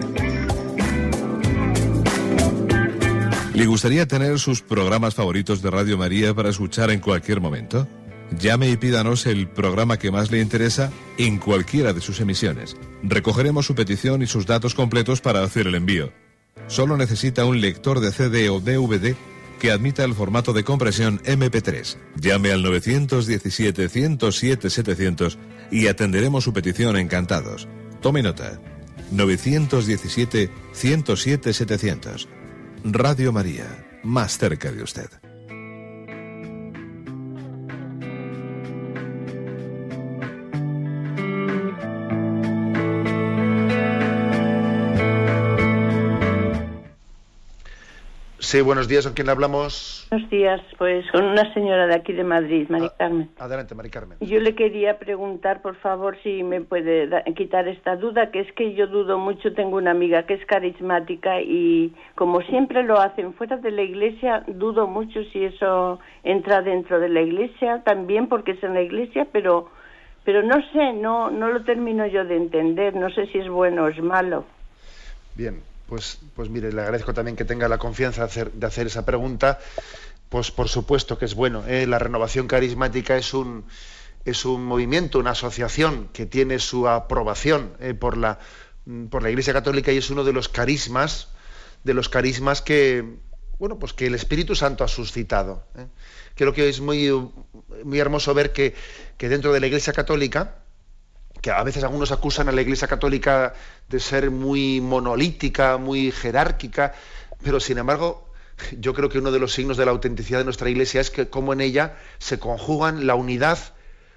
¿Le gustaría tener sus programas favoritos de Radio María para escuchar en cualquier momento? Llame y pídanos el programa que más le interesa en cualquiera de sus emisiones. Recogeremos su petición y sus datos completos para hacer el envío. Solo necesita un lector de CD o DVD que admita el formato de compresión MP3. Llame al 917-107-700 y atenderemos su petición encantados. Tome nota. 917-107-700. Radio María, más cerca de usted. Sí, buenos días, ¿con quién hablamos? Buenos días, pues con una señora de aquí de Madrid, Mari Carmen. Adelante, Mari Carmen. Yo le quería preguntar, por favor, si me puede quitar esta duda, que es que yo dudo mucho, tengo una amiga que es carismática y como siempre lo hacen fuera de la iglesia, dudo mucho si eso entra dentro de la iglesia, también porque es en la iglesia, pero no sé, no lo termino yo de entender, no sé si es bueno o es malo. Bien. Pues mire, le agradezco también que tenga la confianza de hacer esa pregunta. Pues por supuesto que es bueno. La renovación carismática es un movimiento, una asociación que tiene su aprobación por la Iglesia Católica y es uno de los carismas que el Espíritu Santo ha suscitado. Creo que es muy hermoso ver que dentro de la Iglesia Católica, que a veces algunos acusan a la Iglesia Católica de ser muy monolítica, muy jerárquica, pero sin embargo yo creo que uno de los signos de la autenticidad de nuestra Iglesia es que cómo en ella se conjugan la unidad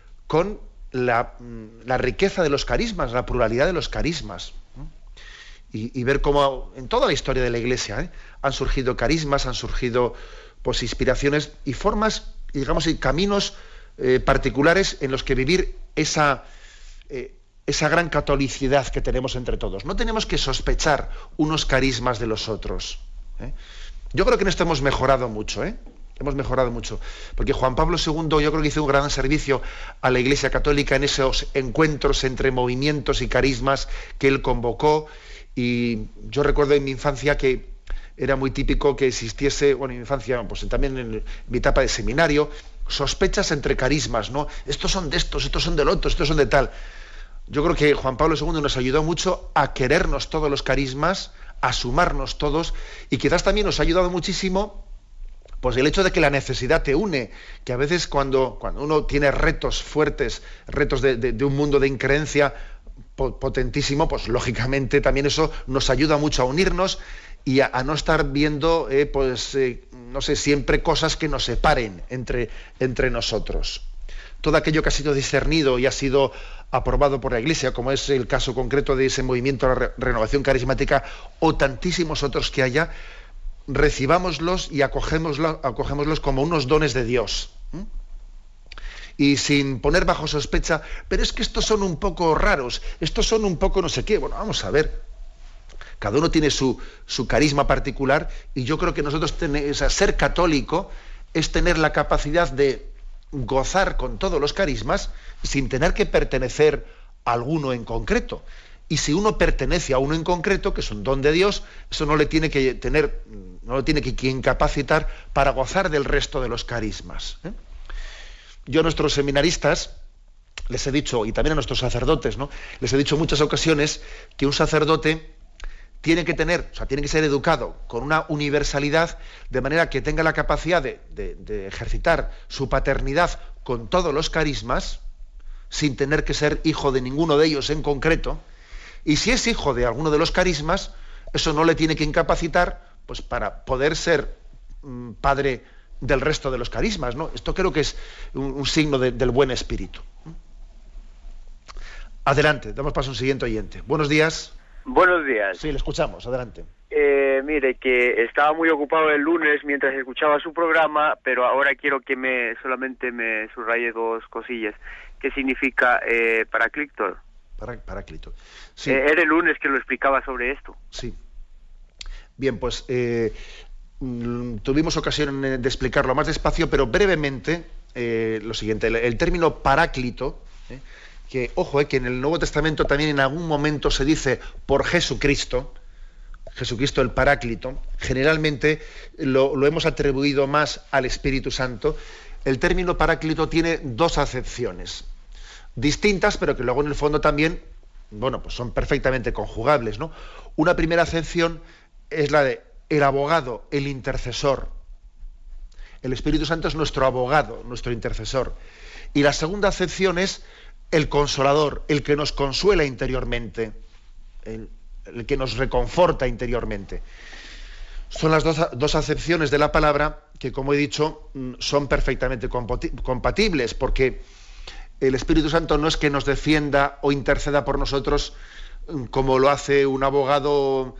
con la riqueza de los carismas, la pluralidad de los carismas. y ver cómo en toda la historia de la Iglesia han surgido carismas, han surgido pues inspiraciones y formas, digamos, y caminos particulares en los que vivir esa gran catolicidad que tenemos entre todos. No tenemos que sospechar unos carismas de los otros. Yo creo que en esto hemos mejorado mucho, hemos mejorado mucho, porque Juan Pablo II yo creo que hizo un gran servicio a la Iglesia Católica en esos encuentros entre movimientos y carismas que él convocó, y yo recuerdo en mi infancia que era muy típico que existiese, bueno, en mi infancia, pues también en mi etapa de seminario, sospechas entre carismas, ¿no? Estos son de estos son del otro, estos son de tal. Yo creo que Juan Pablo II nos ayudó mucho a querernos todos los carismas, a sumarnos todos, y quizás también nos ha ayudado muchísimo pues el hecho de que la necesidad te une, que a veces cuando uno tiene retos fuertes, retos de un mundo de increencia potentísimo, pues lógicamente también eso nos ayuda mucho a unirnos y a no estar viendo no sé, siempre cosas que nos separen entre nosotros. Todo aquello que ha sido discernido y ha sido aprobado por la Iglesia, como es el caso concreto de ese movimiento de la renovación carismática, o tantísimos otros que haya, recibámoslos y acogémoslos como unos dones de Dios. Y sin poner bajo sospecha, pero es que estos son un poco raros, estos son un poco no sé qué. Bueno, vamos a ver. Cada uno tiene su carisma particular, y yo creo que nosotros ser católico es tener la capacidad de gozar con todos los carismas sin tener que pertenecer a alguno en concreto. Y si uno pertenece a uno en concreto, que es un don de Dios, eso no le tiene que incapacitar para gozar del resto de los carismas. Yo a nuestros seminaristas les he dicho, y también a nuestros sacerdotes, ¿no?, les he dicho en muchas ocasiones que un sacerdote tiene que ser educado con una universalidad, de manera que tenga la capacidad de ejercitar su paternidad con todos los carismas, sin tener que ser hijo de ninguno de ellos en concreto. Y si es hijo de alguno de los carismas, eso no le tiene que incapacitar pues para poder ser padre del resto de los carismas, ¿no? Esto creo que es un signo del buen espíritu. Adelante, damos paso a un siguiente oyente. Buenos días. Buenos días. Sí, le escuchamos, adelante. Mire, que estaba muy ocupado el lunes mientras escuchaba su programa, pero ahora quiero que solamente me subraye dos cosillas. ¿Qué significa Paráclito? Paráclito. Sí. Era el lunes que lo explicaba sobre esto. Sí. Bien, pues tuvimos ocasión de explicarlo más despacio, pero brevemente lo siguiente. El término Paráclito, que, ojo, que en el Nuevo Testamento también en algún momento se dice por Jesucristo el Paráclito, generalmente lo hemos atribuido más al Espíritu Santo. El término Paráclito tiene dos acepciones distintas, pero que luego en el fondo también, bueno, pues son perfectamente conjugables, ¿no? Una primera acepción es la de el abogado, el intercesor. El Espíritu Santo es nuestro abogado, nuestro intercesor. Y la segunda acepción es el consolador, el que nos consuela interiormente, el que nos reconforta interiormente. Son las dos acepciones de la palabra que, como he dicho, son perfectamente compatibles, porque el Espíritu Santo no es que nos defienda o interceda por nosotros como lo hace un abogado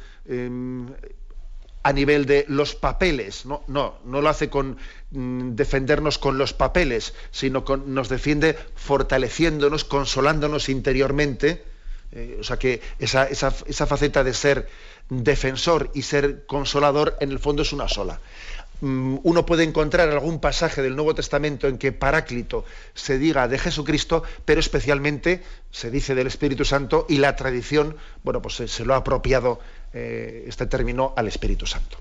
a nivel de los papeles, no lo hace con defendernos con los papeles, sino nos defiende fortaleciéndonos, consolándonos interiormente. O sea que esa faceta de ser defensor y ser consolador en el fondo es una sola. Uno puede encontrar algún pasaje del Nuevo Testamento en que Paráclito se diga de Jesucristo, pero especialmente se dice del Espíritu Santo, y la tradición, bueno, pues se lo ha apropiado este término al Espíritu Santo.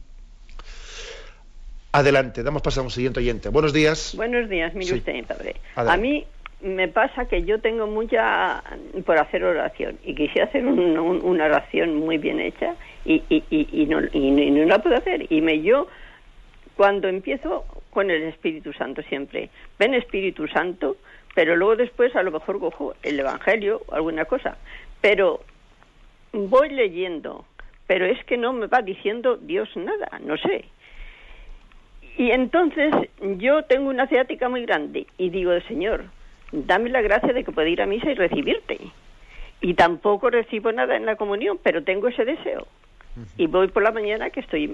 Adelante, damos paso a un siguiente oyente. Buenos días. Buenos días, mire usted, padre. Adelante. A mí me pasa que yo tengo mucha por hacer oración y quisiera hacer una oración muy bien hecha y no la puedo hacer. Yo cuando empiezo con el Espíritu Santo siempre, ven Espíritu Santo, pero luego después a lo mejor cojo el Evangelio o alguna cosa, pero voy leyendo, pero es que no me va diciendo Dios nada, no sé. Y entonces yo tengo una ciática muy grande y digo, Señor, dame la gracia de que pueda ir a misa y recibirte. y tampoco recibo nada en la comunión, pero tengo ese deseo. Y voy por la mañana que estoy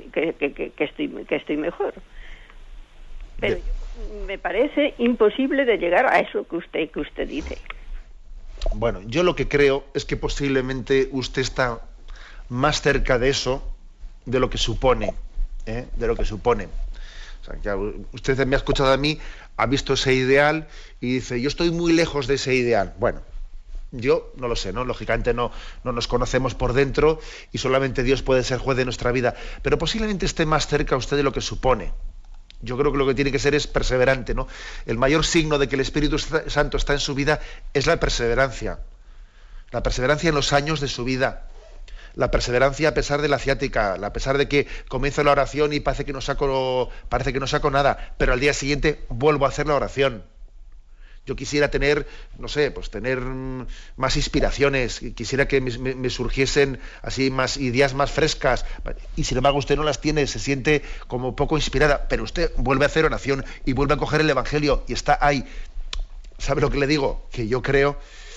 mejor. Pero me parece imposible de llegar a eso que usted dice. Bueno, yo lo que creo es que posiblemente usted está más cerca de eso de lo que supone, de lo que supone. O sea, ya usted me ha escuchado a mí, ha visto ese ideal y dice, yo estoy muy lejos de ese ideal. Bueno, yo no lo sé, ¿no? Lógicamente no nos conocemos por dentro y solamente Dios puede ser juez de nuestra vida, pero posiblemente esté más cerca usted de lo que supone. Yo creo que lo que tiene que ser es perseverante, ¿no? El mayor signo de que el Espíritu Santo está en su vida es la perseverancia. La perseverancia en los años de su vida. La perseverancia a pesar de la ciática, a pesar de que comienzo la oración y parece que no saco nada, pero al día siguiente vuelvo a hacer la oración. Yo quisiera tener, no sé, pues tener más inspiraciones, quisiera que me surgiesen así más ideas más frescas, y sin embargo usted no las tiene, se siente como poco inspirada, pero usted vuelve a hacer oración y vuelve a coger el Evangelio y está ahí. ¿Sabe lo que le digo? Que yo creo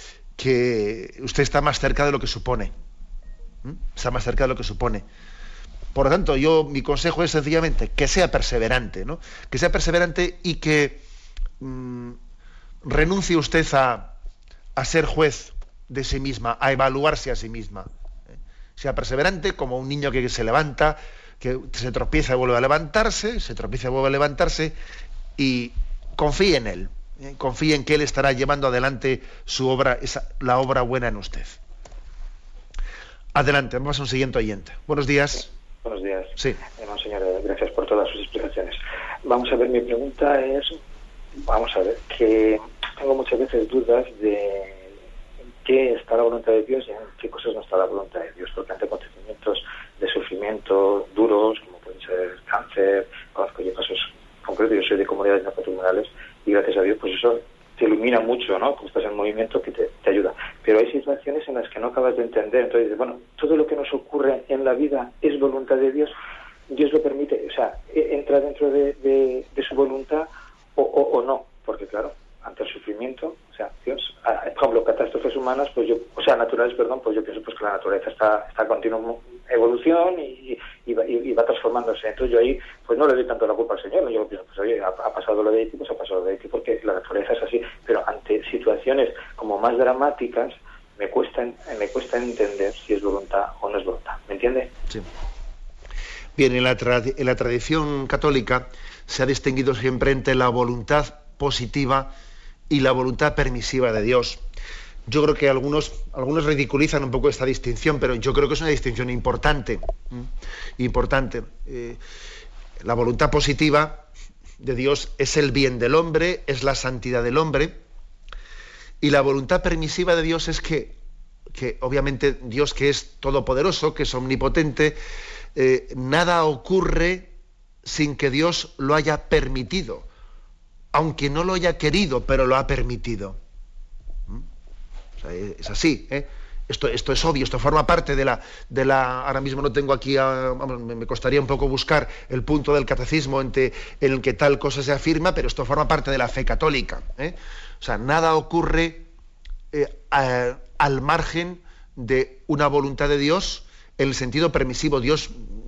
que usted está más cerca de lo que supone. Está más cerca de lo que supone. Por lo tanto, mi consejo es sencillamente que sea perseverante, ¿no? Que sea perseverante y que renuncie usted a ser juez de sí misma, a evaluarse a sí misma. Sea perseverante como un niño que se levanta, que se tropieza y vuelve a levantarse, se tropieza y vuelve a levantarse, y confíe en él. Confíe en que él estará llevando adelante su obra, la obra buena en usted. Adelante, vamos a un siguiente oyente. Buenos días. Buenos días. Sí. Monseñor, gracias por todas sus explicaciones. Vamos a ver, mi pregunta es, que tengo muchas veces dudas de en qué está la voluntad de Dios y en qué cosas no está la voluntad de Dios, porque ante acontecimientos de sufrimiento duros, como pueden ser cáncer, conozco yo casos concretos, yo soy de comunidades nepatrimoniales y gracias a Dios pues eso te ilumina mucho, ¿no? Porque estás en movimiento que te ayuda. Pero hay situaciones en las que no acabas de entender. Entonces dices, bueno, todo lo que nos ocurre en la vida es voluntad de Dios. Dios lo permite, o sea, entra dentro de su voluntad o no. Porque claro, ante el sufrimiento, o sea, Dios, por ejemplo, catástrofes humanas, naturales, pues yo pienso pues que la naturaleza está en continua evolución y va transformándose. Entonces yo ahí pues no le doy tanto la culpa al Señor, ¿no? Yo pienso, pues oye, ha pasado lo de Haití, pues ha pasado lo de Haití, porque la naturaleza es así. Pero ante situaciones como más dramáticas me cuesta entender si es voluntad o no es voluntad. ¿Me entiende? Sí. Bien, en la tradición católica se ha distinguido siempre entre la voluntad positiva y la voluntad permisiva de Dios. Yo creo que algunos ridiculizan un poco esta distinción, pero yo creo que es una distinción importante. La voluntad positiva de Dios es el bien del hombre, es la santidad del hombre, y la voluntad permisiva de Dios es que obviamente Dios, que es todopoderoso, que es omnipotente, nada ocurre sin que Dios lo haya permitido, aunque no lo haya querido, pero lo ha permitido. O sea, es así, ¿eh? Esto es obvio, esto forma parte de la ahora mismo no tengo aquí, me costaría un poco buscar el punto del catecismo en el que tal cosa se afirma, pero esto forma parte de la fe católica, ¿eh? O sea, nada ocurre al margen de una voluntad de Dios en el sentido permisivo. Dios,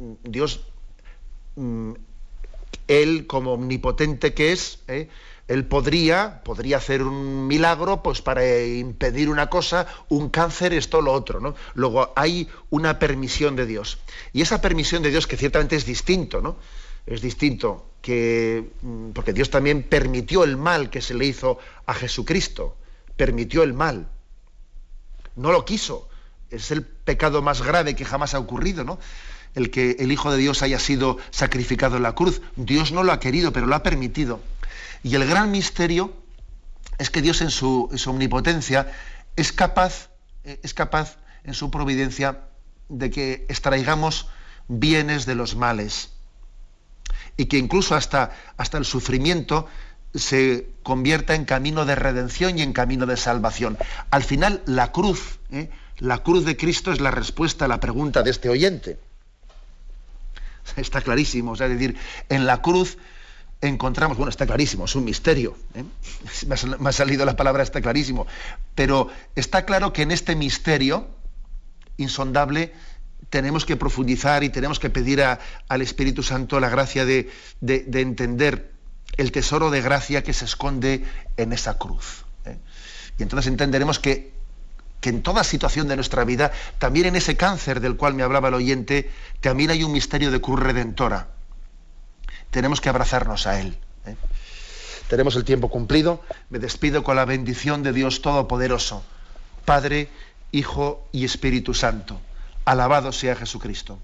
Él como omnipotente que es, Él podría hacer un milagro pues para impedir una cosa, un cáncer, esto, lo otro, ¿no? Luego hay una permisión de Dios. Y esa permisión de Dios, que ciertamente es distinto, ¿no? Es distinto porque Dios también permitió el mal que se le hizo a Jesucristo. Permitió el mal. No lo quiso. Es el pecado más grave que jamás ha ocurrido, ¿no? El que el Hijo de Dios haya sido sacrificado en la cruz. Dios no lo ha querido, pero lo ha permitido. Y el gran misterio es que Dios en su omnipotencia es capaz en su providencia de que extraigamos bienes de los males. Y que incluso hasta el sufrimiento se convierta en camino de redención y en camino de salvación. Al final, la cruz de Cristo es la respuesta a la pregunta de este oyente. Está clarísimo, o sea, es decir, en la cruz encontramos, bueno, está clarísimo, es un misterio, me ha salido la palabra está clarísimo, pero está claro que en este misterio insondable tenemos que profundizar y tenemos que pedir al Espíritu Santo la gracia de entender el tesoro de gracia que se esconde en esa cruz. Y entonces entenderemos que en toda situación de nuestra vida, también en ese cáncer del cual me hablaba el oyente, también hay un misterio de cruz redentora. Tenemos que abrazarnos a él. Tenemos el tiempo cumplido. Me despido con la bendición de Dios Todopoderoso, Padre, Hijo y Espíritu Santo. Alabado sea Jesucristo.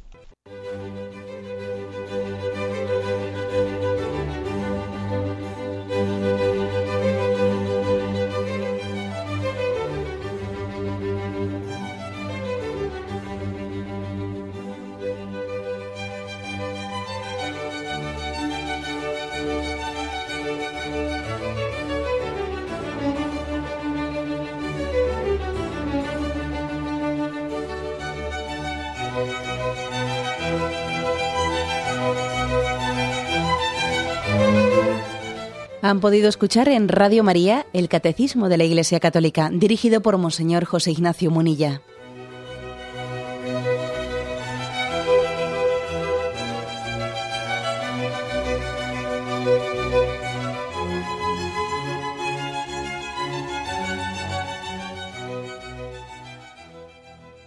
Han podido escuchar en Radio María el Catecismo de la Iglesia Católica, dirigido por Monseñor José Ignacio Munilla.